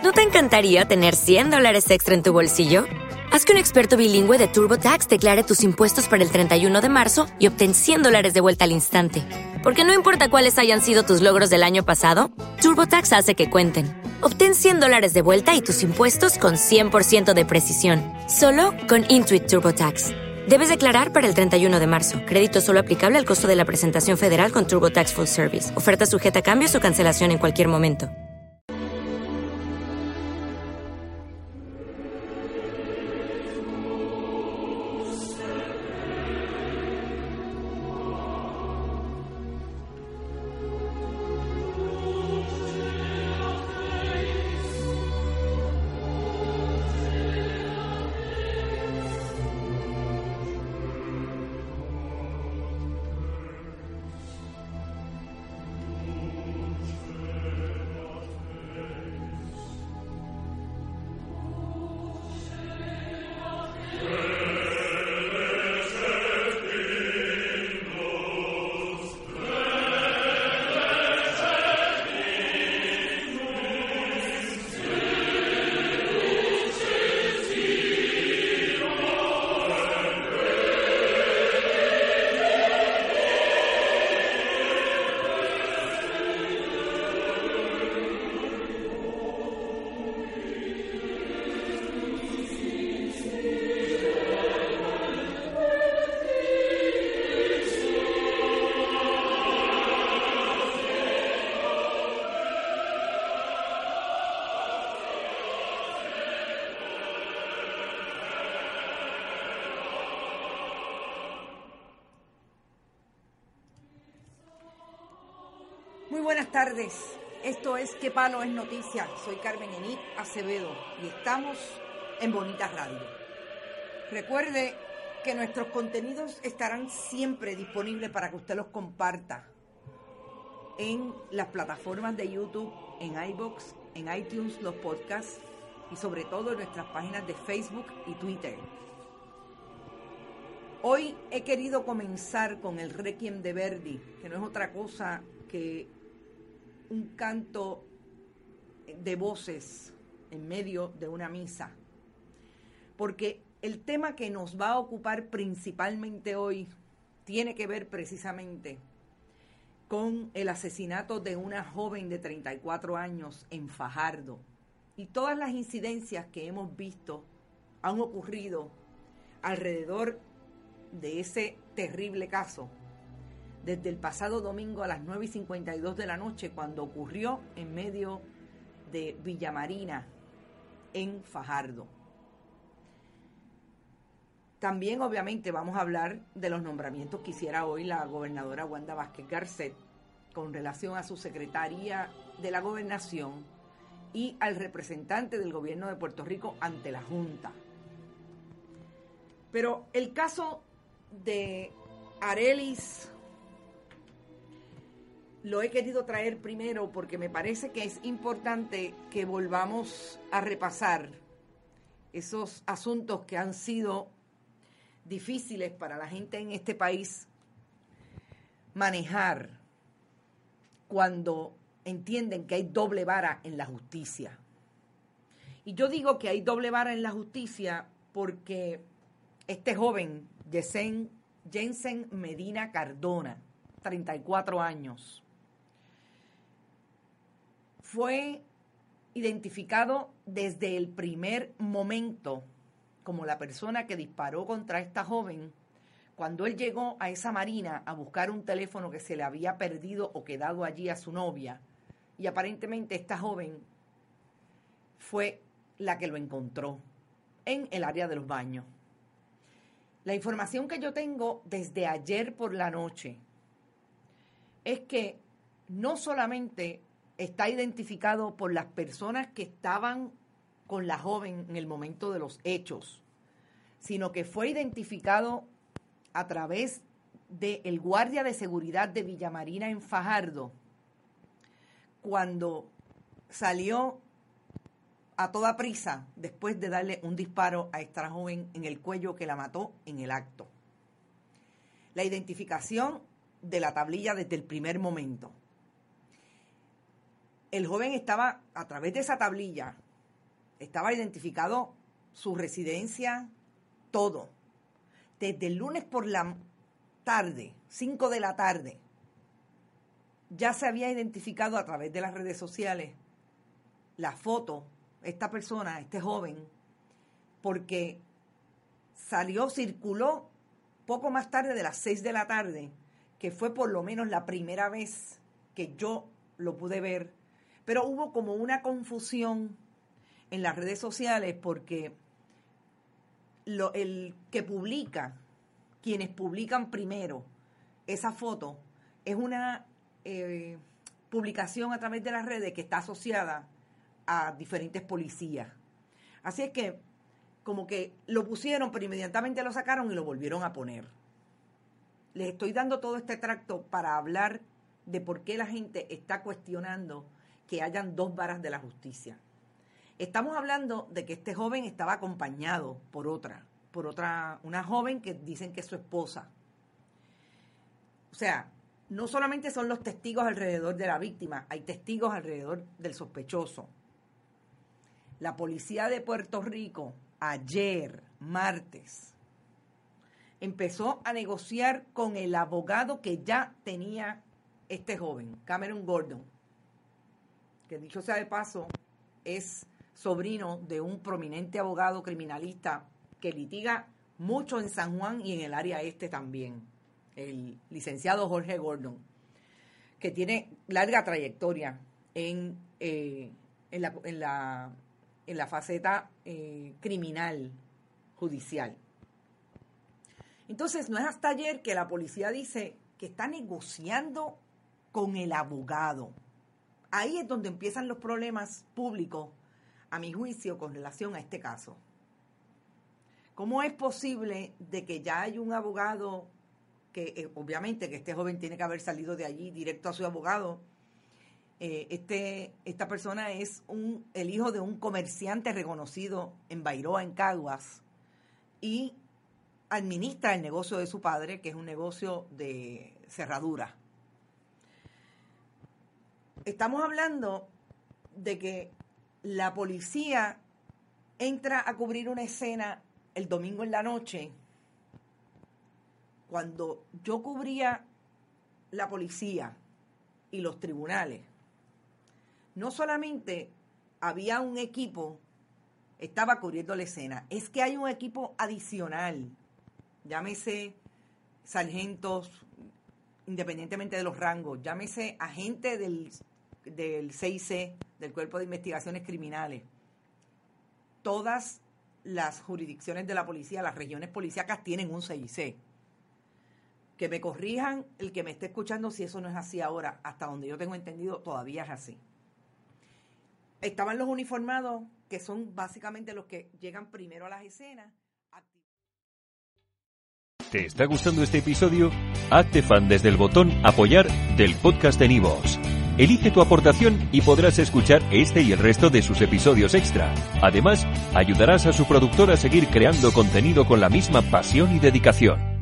¿No te encantaría tener $100 extra en tu bolsillo? Haz que un experto bilingüe de TurboTax declare tus impuestos para el 31 de marzo y obtén $100 de vuelta al instante. Porque no importa cuáles hayan sido tus logros del año pasado, TurboTax hace que cuenten. Obtén $100 de vuelta y tus impuestos con 100% de precisión. Solo con Intuit TurboTax. Debes declarar para el 31 de marzo. Crédito solo aplicable al costo de la presentación federal con TurboTax Full Service. Oferta sujeta a cambios o cancelación en cualquier momento. Muy buenas tardes, esto es ¿Qué Palo es Noticia? Soy Carmen Enid Acevedo y estamos en Bonita Radio. Recuerde que nuestros contenidos estarán siempre disponibles para que usted los comparta en las plataformas de YouTube, en iVoox, en iTunes, los podcasts y sobre todo en nuestras páginas de Facebook y Twitter. Hoy he querido comenzar con el Requiem de Verdi, que no es otra cosa que un canto de voces en medio de una misa, porque el tema que nos va a ocupar principalmente hoy tiene que ver precisamente con el asesinato de una joven de 34 años en Fajardo, y todas las incidencias que hemos visto han ocurrido alrededor de ese terrible caso desde el pasado domingo a las 9:52 de la noche, cuando ocurrió en medio de Villa Marina, en Fajardo. También, obviamente, vamos a hablar de los nombramientos que hiciera hoy la gobernadora Wanda Vázquez Garcet con relación a su secretaría de la gobernación y al representante del gobierno de Puerto Rico ante la Junta. Pero el caso de Arelis lo he querido traer primero porque me parece que es importante que volvamos a repasar esos asuntos que han sido difíciles para la gente en este país manejar cuando entienden que hay doble vara en la justicia. Y yo digo que hay doble vara en la justicia porque este joven, Jensen Medina Cardona, 34 años, fue identificado desde el primer momento como la persona que disparó contra esta joven cuando él llegó a esa marina a buscar un teléfono que se le había perdido o quedado allí a su novia, y aparentemente esta joven fue la que lo encontró en el área de los baños. La información que yo tengo desde ayer por la noche es que no solamente está identificado por las personas que estaban con la joven en el momento de los hechos, sino que fue identificado a través del guardia de seguridad de Villa Marina en Fajardo, cuando salió a toda prisa después de darle un disparo a esta joven en el cuello que la mató en el acto. La identificación de la tablilla desde el primer momento. El joven estaba, a través de esa tablilla, estaba identificado su residencia, todo. Desde el lunes por la tarde, 5 de la tarde, ya se había identificado a través de las redes sociales la foto, esta persona, este joven, porque circuló poco más tarde de las 6 de la tarde, que fue por lo menos la primera vez que yo lo pude ver, pero hubo como una confusión en las redes sociales porque quienes publican primero esa foto, es una publicación a través de las redes que está asociada a diferentes policías. Así es que como que lo pusieron, pero inmediatamente lo sacaron y lo volvieron a poner. Les estoy dando todo este tracto para hablar de por qué la gente está cuestionando que hayan dos varas de la justicia. Estamos hablando de que este joven estaba acompañado por una joven que dicen que es su esposa. O sea, no solamente son los testigos alrededor de la víctima, hay testigos alrededor del sospechoso. La policía de Puerto Rico, ayer, martes, empezó a negociar con el abogado que ya tenía este joven, Cameron Gordon, que dicho sea de paso, es sobrino de un prominente abogado criminalista que litiga mucho en San Juan y en el área este también, el licenciado Jorge Gordon, que tiene larga trayectoria en la faceta criminal judicial. Entonces, no es hasta ayer que la policía dice que está negociando con el abogado. Ahí es donde empiezan los problemas públicos, a mi juicio, con relación a este caso. ¿Cómo es posible de que ya hay un abogado que, obviamente, que este joven tiene que haber salido de allí directo a su abogado? Esta persona es el hijo de un comerciante reconocido en Bairoa, en Caguas, y administra el negocio de su padre, que es un negocio de cerradura. Estamos hablando de que la policía entra a cubrir una escena el domingo en la noche. Cuando yo cubría la policía y los tribunales, no solamente había un equipo, estaba cubriendo la escena, es que hay un equipo adicional, llámese sargentos, independientemente de los rangos, llámese agente del CIC, del Cuerpo de Investigaciones Criminales. Todas las jurisdicciones de la policía, las regiones policíacas tienen un CIC. Que me corrijan el que me esté escuchando si eso no es así ahora. Hasta donde yo tengo entendido, todavía es así. Estaban los uniformados, que son básicamente los que llegan primero a las escenas. ¿Te está gustando este episodio? Hazte fan desde el botón Apoyar del podcast de Nivos. Elige tu aportación y podrás escuchar este y el resto de sus episodios extra. Además, ayudarás a su productor a seguir creando contenido con la misma pasión y dedicación.